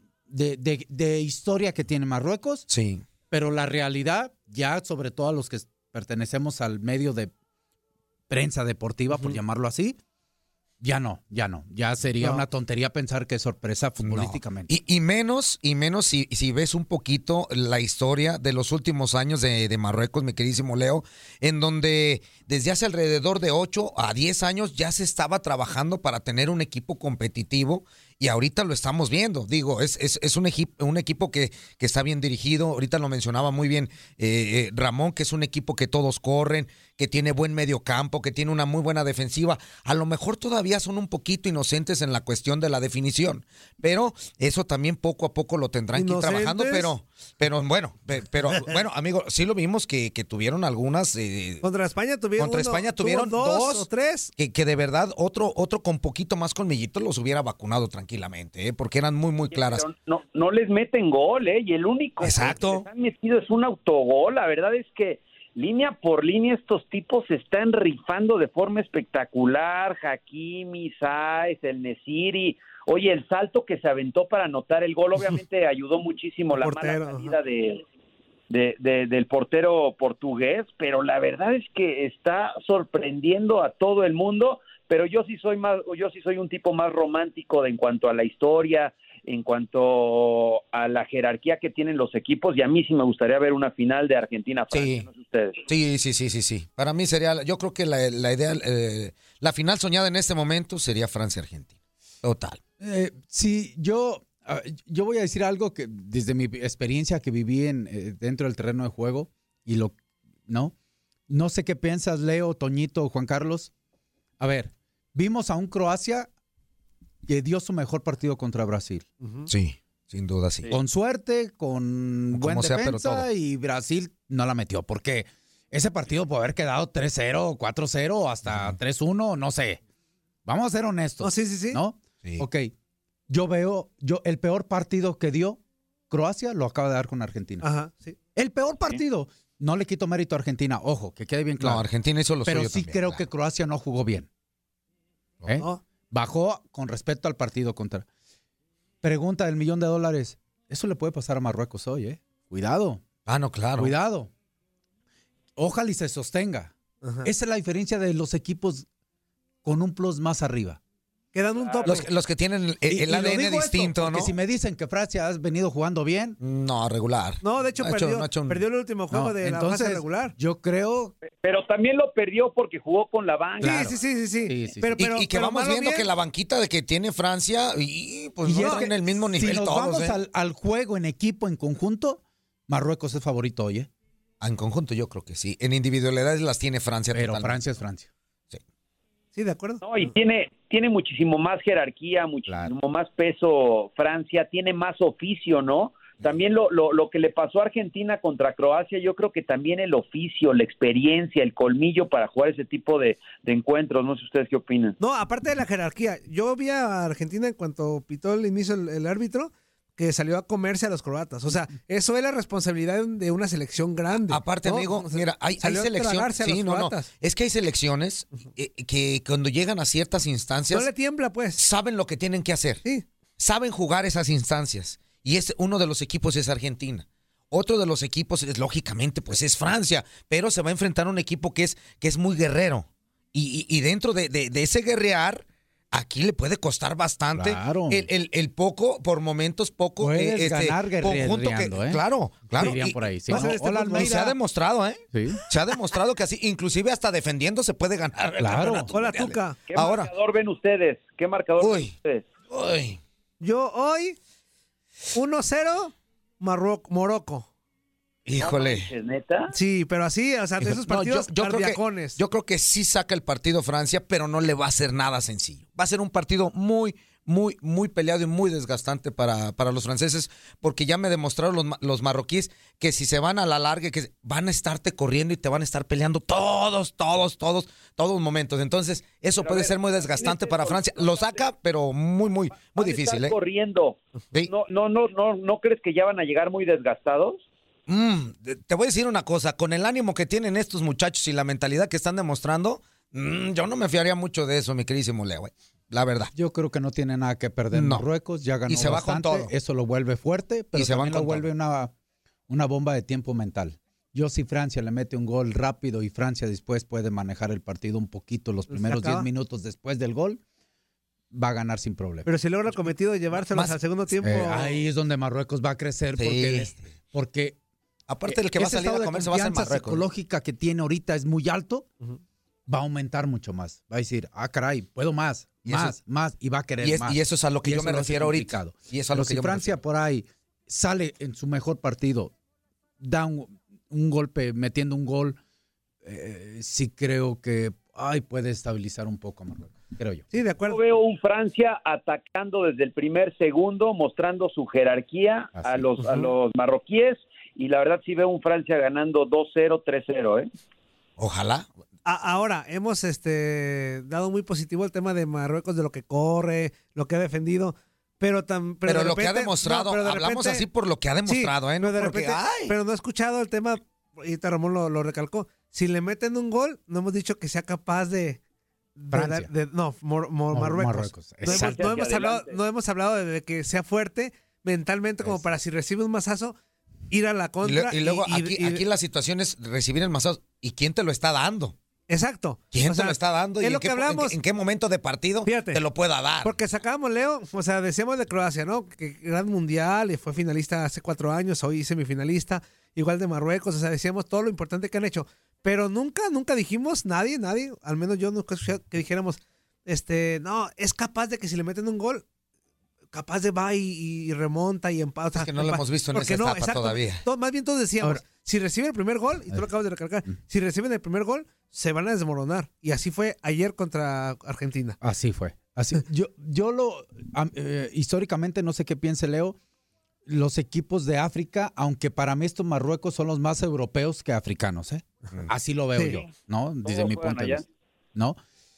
historia que tiene Marruecos. Sí. Pero la realidad, ya sobre todo a los que pertenecemos al medio de prensa deportiva, por llamarlo así, ya no. Ya sería una tontería pensar que es sorpresa futbolísticamente. No. Y menos si ves un poquito la historia de los últimos años de Marruecos, mi queridísimo Leo, en donde desde hace alrededor de 8 a 10 años ya se estaba trabajando para tener un equipo competitivo. Y ahorita lo estamos viendo. Digo, es un equipo que está bien dirigido. Ahorita lo mencionaba muy bien Ramón, que es un equipo que todos corren, que tiene buen medio campo, que tiene una muy buena defensiva. A lo mejor todavía son un poquito inocentes en la cuestión de la definición, pero eso también poco a poco lo tendrán que ir trabajando. Pero bueno, amigo, sí lo vimos que tuvieron algunas. Contra España tuvieron dos o tres. Que de verdad otro con poquito más colmillito los hubiera vacunado tranquilamente, porque eran muy, muy claras. Pero no les meten gol, y el único que les han metido es un autogol. La verdad es que línea por línea estos tipos se están rifando de forma espectacular. Hakimi, Sáez, el Nesiri. Oye, el salto que se aventó para anotar el gol obviamente ayudó muchísimo la mala salida del portero portugués, pero la verdad es que está sorprendiendo a todo el mundo. Pero yo sí soy un tipo más romántico en cuanto a la historia, en cuanto a la jerarquía que tienen los equipos, y a mí sí me gustaría ver una final de Argentina-Francia, no sé ustedes. Sí. Para mí sería, yo creo que la idea, la final soñada en este momento sería Francia-Argentina. Total. Sí, yo voy a decir algo que desde mi experiencia que viví dentro del terreno de juego, no sé qué piensas, Leo, Toñito, Juan Carlos. A ver, vimos a un Croacia que dio su mejor partido contra Brasil. Sí, sin duda sí. Con suerte, con buena defensa, y Brasil no la metió, porque ese partido puede haber quedado 3-0, 4-0, hasta 3-1, no sé. Vamos a ser honestos. Sí. ¿No? Sí. Ok, el peor partido que dio Croacia lo acaba de dar con Argentina. Ajá, sí. El peor partido. No le quito mérito a Argentina, ojo, que quede bien claro. No, Argentina hizo lo suyo Pero sí también, creo que Croacia no jugó bien. Bajó con respecto al partido contra. Pregunta del $1,000,000. Eso le puede pasar a Marruecos hoy, Cuidado. No, claro. Cuidado. Ojalá y se sostenga. Ajá. Esa es la diferencia de los equipos con un plus más arriba. Quedan un tope. Los que tienen el ADN distinto, ¿no? Porque si me dicen que Francia has venido jugando bien. No, regular. No, de hecho perdió el último juego de la fase regular. Yo creo. Pero también lo perdió porque jugó con la banca. Claro. Sí. Pero vamos viendo que la banquita de que tiene Francia, pues no están en el mismo nivel. Si nos vamos al juego en equipo, en conjunto, Marruecos es favorito hoy, En conjunto yo creo que sí. En individualidades las tiene Francia. Pero totalmente. Francia es Francia. Sí, de acuerdo. No, y tiene muchísimo más jerarquía, muchísimo más peso Francia, tiene más oficio, ¿no? También lo que le pasó a Argentina contra Croacia, yo creo que también el oficio, la experiencia, el colmillo para jugar ese tipo de encuentros. No sé ustedes qué opinan. No, aparte de la jerarquía, yo vi a Argentina en cuanto pitó el inicio el árbitro, que salió a comerse a los croatas. O sea, eso es la responsabilidad de una selección grande. Aparte, amigo, mira, hay selecciones. Sí, no. Es que hay selecciones que cuando llegan a ciertas instancias. No le tiembla, pues. Saben lo que tienen que hacer. Sí. Saben jugar esas instancias. Y uno de los equipos es Argentina. Otro de los equipos, lógicamente, pues es Francia. Pero se va a enfrentar a un equipo que es muy guerrero. Y dentro de ese guerrear. Aquí le puede costar bastante el poco, por momentos poco. Puedes ganar conjunto que, Claro. Dirían por ahí. Sí. Y se ha demostrado, ¿Sí? Se ha demostrado que así, inclusive hasta defendiendo se puede ganar. Claro. Hola, Tuca. ¿Qué marcador ven ustedes? ¿Qué marcador ven ustedes? Yo hoy 1-0 Morocco. Híjole. ¿Neta? Sí, pero así, o sea, de esos partidos cardiacones. Yo creo que sí saca el partido Francia, pero no le va a ser nada sencillo. Va a ser un partido muy peleado y muy desgastante para los franceses, porque ya me demostraron los marroquíes que si se van a la larga, que van a estarte corriendo y te van a estar peleando todos momentos. Entonces, eso puede ser muy desgastante para Francia. Lo saca, pero muy difícil. Corriendo. ¿Sí? ¿No crees que ya van a llegar muy desgastados? Te voy a decir una cosa, con el ánimo que tienen estos muchachos y la mentalidad que están demostrando, yo no me fiaría mucho de eso, mi queridísimo Leo, la verdad. Yo creo que no tiene nada que perder Marruecos, ya ganó y se bastante, va con todo. Eso lo vuelve fuerte, pero también lo vuelve una bomba de tiempo mental. Yo si Francia le mete un gol rápido y Francia después puede manejar el partido un poquito los primeros 10 minutos después del gol, va a ganar sin problema. Pero si logra el cometido de llevárselos al segundo tiempo... ahí es donde Marruecos va a crecer porque aparte del que va a salir a comer se va a hacer Marruecos. La psicológica que tiene ahorita es muy alto, va a aumentar mucho más. Va a decir, caray, puedo más, y va a querer más. Y eso es a lo que yo me refiero ahorita. Y eso es a lo que si Francia por ahí sale en su mejor partido, da un golpe, metiendo un gol, sí creo que puede estabilizar un poco a Marruecos, creo yo. Sí, de acuerdo. Yo veo un Francia atacando desde el primer segundo, mostrando su jerarquía a los marroquíes, y la verdad sí veo un Francia ganando 2-0, 3-0, Ojalá. Ahora, hemos dado muy positivo el tema de Marruecos, de lo que corre, lo que ha defendido, pero lo que ha demostrado, hablamos así por lo que ha demostrado, sí, no de repente, pero no he escuchado el tema, y Ramón lo recalcó, si le meten un gol, no hemos dicho que sea capaz de Francia. Marruecos. Marruecos. No hemos hablado de que sea fuerte mentalmente como para si recibe un mazazo, ir a la contra. Y luego aquí la situación es recibir el mazazo. ¿Y quién te lo está dando? Exacto. ¿Quién te lo está dando? ¿Y en qué momento de partido te lo pueda dar? Porque sacábamos, Leo, decíamos de Croacia, ¿no? Que gran mundial y fue finalista hace 4 años, hoy semifinalista, igual de Marruecos, decíamos todo lo importante que han hecho. Pero nunca dijimos, nadie, al menos yo nunca escuché que dijéramos, no, es capaz de que si le meten un gol, capaz de va y remonta y empata. Es que no lo hemos visto en esa etapa todavía. Más bien todos decíamos, si reciben el primer gol, y tú lo acabas de recalcar, si reciben el primer gol, se van a desmoronar. Y así fue ayer contra Argentina. Así fue. Históricamente, no sé qué piense Leo, los equipos de África, aunque para mí estos Marruecos son los más europeos que africanos, Así lo veo yo, ¿no? Desde mi punto de vista, ¿no?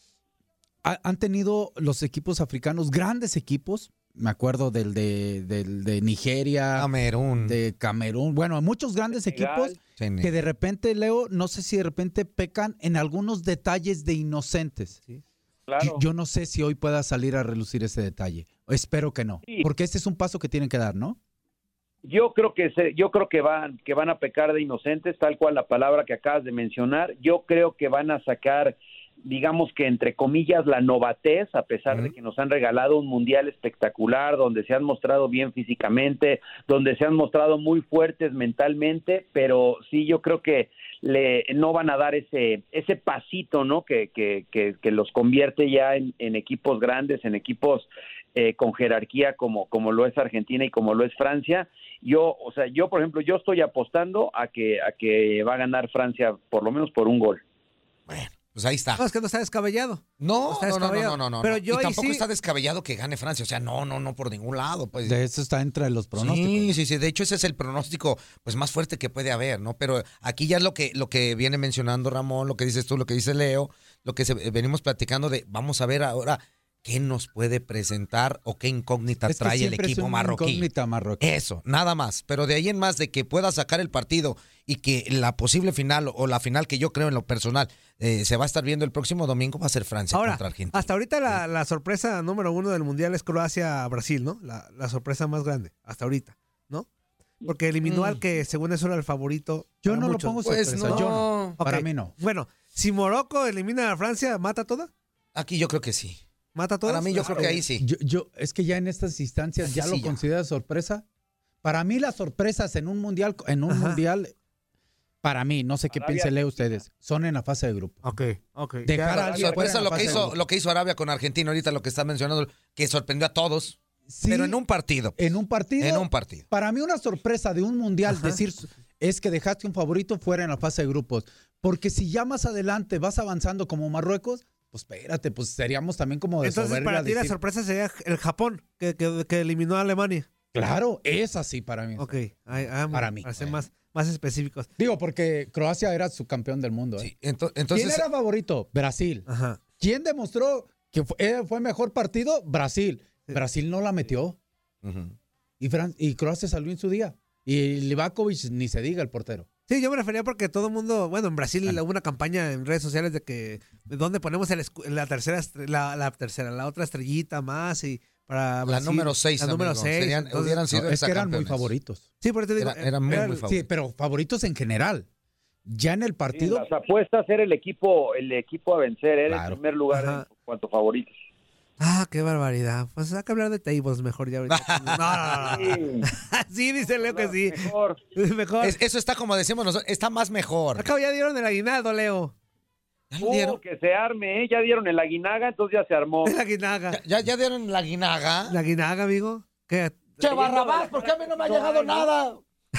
Han tenido los equipos africanos grandes equipos. Me acuerdo del de Nigeria, de Camerún. Bueno, muchos grandes equipos que de repente, Leo, no sé si de repente pecan en algunos detalles de inocentes. Sí, claro. Yo no sé si hoy pueda salir a relucir ese detalle. Espero que no, porque este es un paso que tienen que dar, ¿no? Yo creo que van a pecar de inocentes, tal cual la palabra que acabas de mencionar. Yo creo que van a sacar, digamos que entre comillas, la novatez, a pesar de que nos han regalado un mundial espectacular, donde se han mostrado bien físicamente, donde se han mostrado muy fuertes mentalmente, pero sí, yo creo que no van a dar ese pasito, ¿no? Que los convierte ya en equipos grandes, en equipos con jerarquía como lo es Argentina y como lo es Francia. Yo, por ejemplo, yo estoy apostando a que va a ganar Francia por lo menos por un gol. Bueno, pues ahí está. No, es que no está descabellado. No. Pero y tampoco está descabellado que gane Francia. O sea, no por ningún lado. Pues. De eso está entre los pronósticos. Sí. De hecho, ese es el pronóstico pues más fuerte que puede haber, ¿no? Pero aquí ya es lo que viene mencionando Ramón, lo que dices tú, lo que dice Leo, lo que venimos platicando de vamos a ver ahora qué nos puede presentar o qué incógnita trae el equipo marroquí. Eso, nada más. Pero de ahí en más, de que pueda sacar el partido y que la posible final o la final que yo creo en lo personal se va a estar viendo el próximo domingo va a ser Francia contra Argentina. Hasta ahorita la sorpresa número 1 del Mundial es Croacia-Brasil, ¿no? La sorpresa más grande, hasta ahorita, ¿no? Porque eliminó al que según eso era el favorito. Yo no muchos. Lo pongo sorpresa. Pues no. Yo no. Okay. Para mí no. Bueno, si Morocco elimina a Francia, ¿mata toda? Aquí yo creo que sí. ¿Mata todas? Para mí yo creo que ahí sí. Yo es que ya en estas instancias ya lo consideras sorpresa. Para mí las sorpresas en un mundial, para mí, no sé qué piensen Leo ustedes, son en la fase de grupo. Ok. Dejar a alguien sorpresa lo que hizo Arabia con Argentina ahorita, lo que estás mencionando, que sorprendió a todos. pero en un partido. En un partido. En un partido. Para mí una sorpresa de un mundial decir es que dejaste un favorito fuera en la fase de grupos. Porque si ya más adelante vas avanzando como Marruecos, pues espérate, pues seríamos también como de Entonces, soberbia para ti la decir, sorpresa sería el Japón, que eliminó a Alemania. Claro, es así para mí. Ok, para mí. Para ser más específicos. Digo, porque Croacia era subcampeón del mundo. Sí, ¿Quién entonces, era favorito? Brasil. Ajá. ¿Quién demostró que fue mejor partido? Brasil. Brasil no la metió. Y Croacia salió en su día. Y Livakovic ni se diga el portero. Sí, yo me refería porque todo el mundo, bueno, en Brasil hubo una campaña en redes sociales de dónde ponemos la otra estrellita más y para Brasil, la número 6. La número 6. Hubieran sido es que eran muy favoritos. Sí, por eso te digo. Eran muy favoritos. Sí, pero favoritos en general. Ya en el partido. Sí, las apuestas era el equipo a vencer, era el primer lugar en cuanto a favoritos. Ah, qué barbaridad. Pues hay que hablar de tables mejor ya ahorita. No. Sí, dice Leo que sí. Mejor. Eso está como decimos nosotros, está más mejor. Acá ya dieron el aguinaldo, Leo. Que se arme, ya dieron el aguinaga, entonces ya se armó. El aguinaga. ¿Ya dieron la aguinaga? La aguinaga, amigo. ¿Qué? Che, Barrabás, ¿por qué a mí no me ha llegado nada?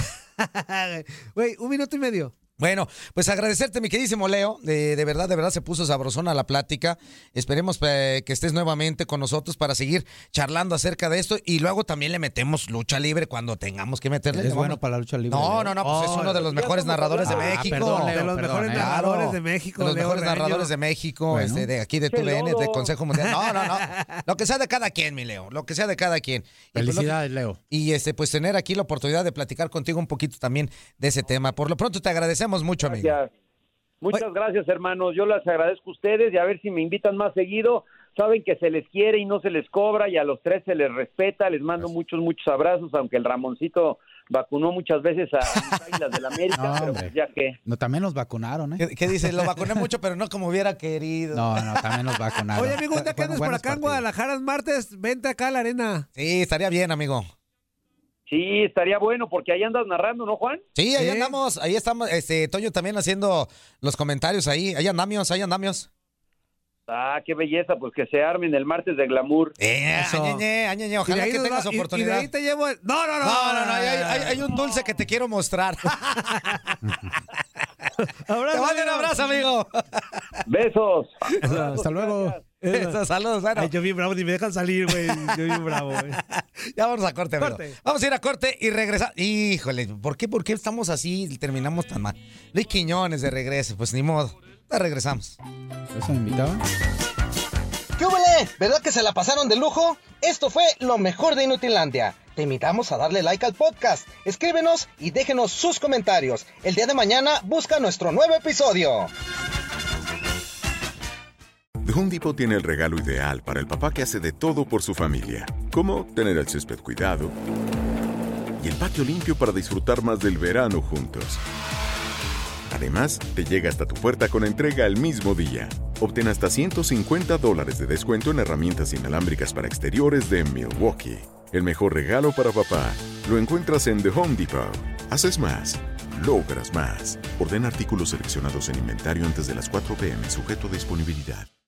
Güey, 1 minuto y medio. Bueno, pues agradecerte, mi queridísimo Leo. De verdad se puso sabrosona la plática. Esperemos que estés nuevamente con nosotros para seguir charlando acerca de esto. Y luego también le metemos lucha libre cuando tengamos que meterle. Es bueno para la lucha libre. No, pues es uno de los mejores narradores de México. Perdón, Leo, de los mejores narradores de México. De los mejores narradores de México, de aquí de TUDN, de Consejo Mundial. No. Lo que sea de cada quien, mi Leo. Lo que sea de cada quien. Felicidades, Leo. Y pues tener aquí la oportunidad de platicar contigo un poquito también de ese tema. Por lo pronto te agradecemos mucho, amigo. Muchas gracias, hermanos. Yo les agradezco a ustedes y a ver si me invitan más seguido. Saben que se les quiere y no se les cobra y a los tres se les respeta. Les mando muchos abrazos, aunque el Ramoncito vacunó muchas veces a las Águilas del América, pero pues ya que... No, también nos vacunaron, ¿eh? ¿Qué dice? Lo vacuné mucho, pero no como hubiera querido. No, también nos vacunaron. Oye, amigo, ¿ya que andas por acá en Guadalajara el martes? Vente acá a la arena. Sí, estaría bien, amigo. Sí, estaría bueno, porque ahí andas narrando, ¿no, Juan? Sí, ahí andamos, ahí estamos, Toño también haciendo los comentarios ahí andamos. Ah, qué belleza, pues que se armen el martes de glamour. Añeñe, ojalá que tengas oportunidad. Y de ahí te llevo No, hay un dulce que te quiero mostrar. Te mando un abrazo, amigo. Besos. Hasta luego. Saludos, bueno. Ay, yo bien bravo, ni me dejan salir, güey. Yo bien bravo, güey. Ya vamos a corte, amigo. Vamos a ir a corte y regresar. Híjole, ¿por qué estamos así y terminamos tan mal? Luis Quiñones de regreso, pues ni modo. Ya regresamos. ¿Eso me invitaba? ¿Qué huele? ¿Verdad que se la pasaron de lujo? Esto fue lo mejor de Inutilandia. Te invitamos a darle like al podcast, escríbenos y déjenos sus comentarios. El día de mañana busca nuestro nuevo episodio. The Home Depot tiene el regalo ideal para el papá que hace de todo por su familia, como tener el césped cuidado y el patio limpio para disfrutar más del verano juntos. Además, te llega hasta tu puerta con entrega el mismo día. Obtén hasta $150 de descuento en herramientas inalámbricas para exteriores de Milwaukee. El mejor regalo para papá lo encuentras en The Home Depot. Haces más, logras más. Ordena artículos seleccionados en inventario antes de las 4 p.m. sujeto a disponibilidad.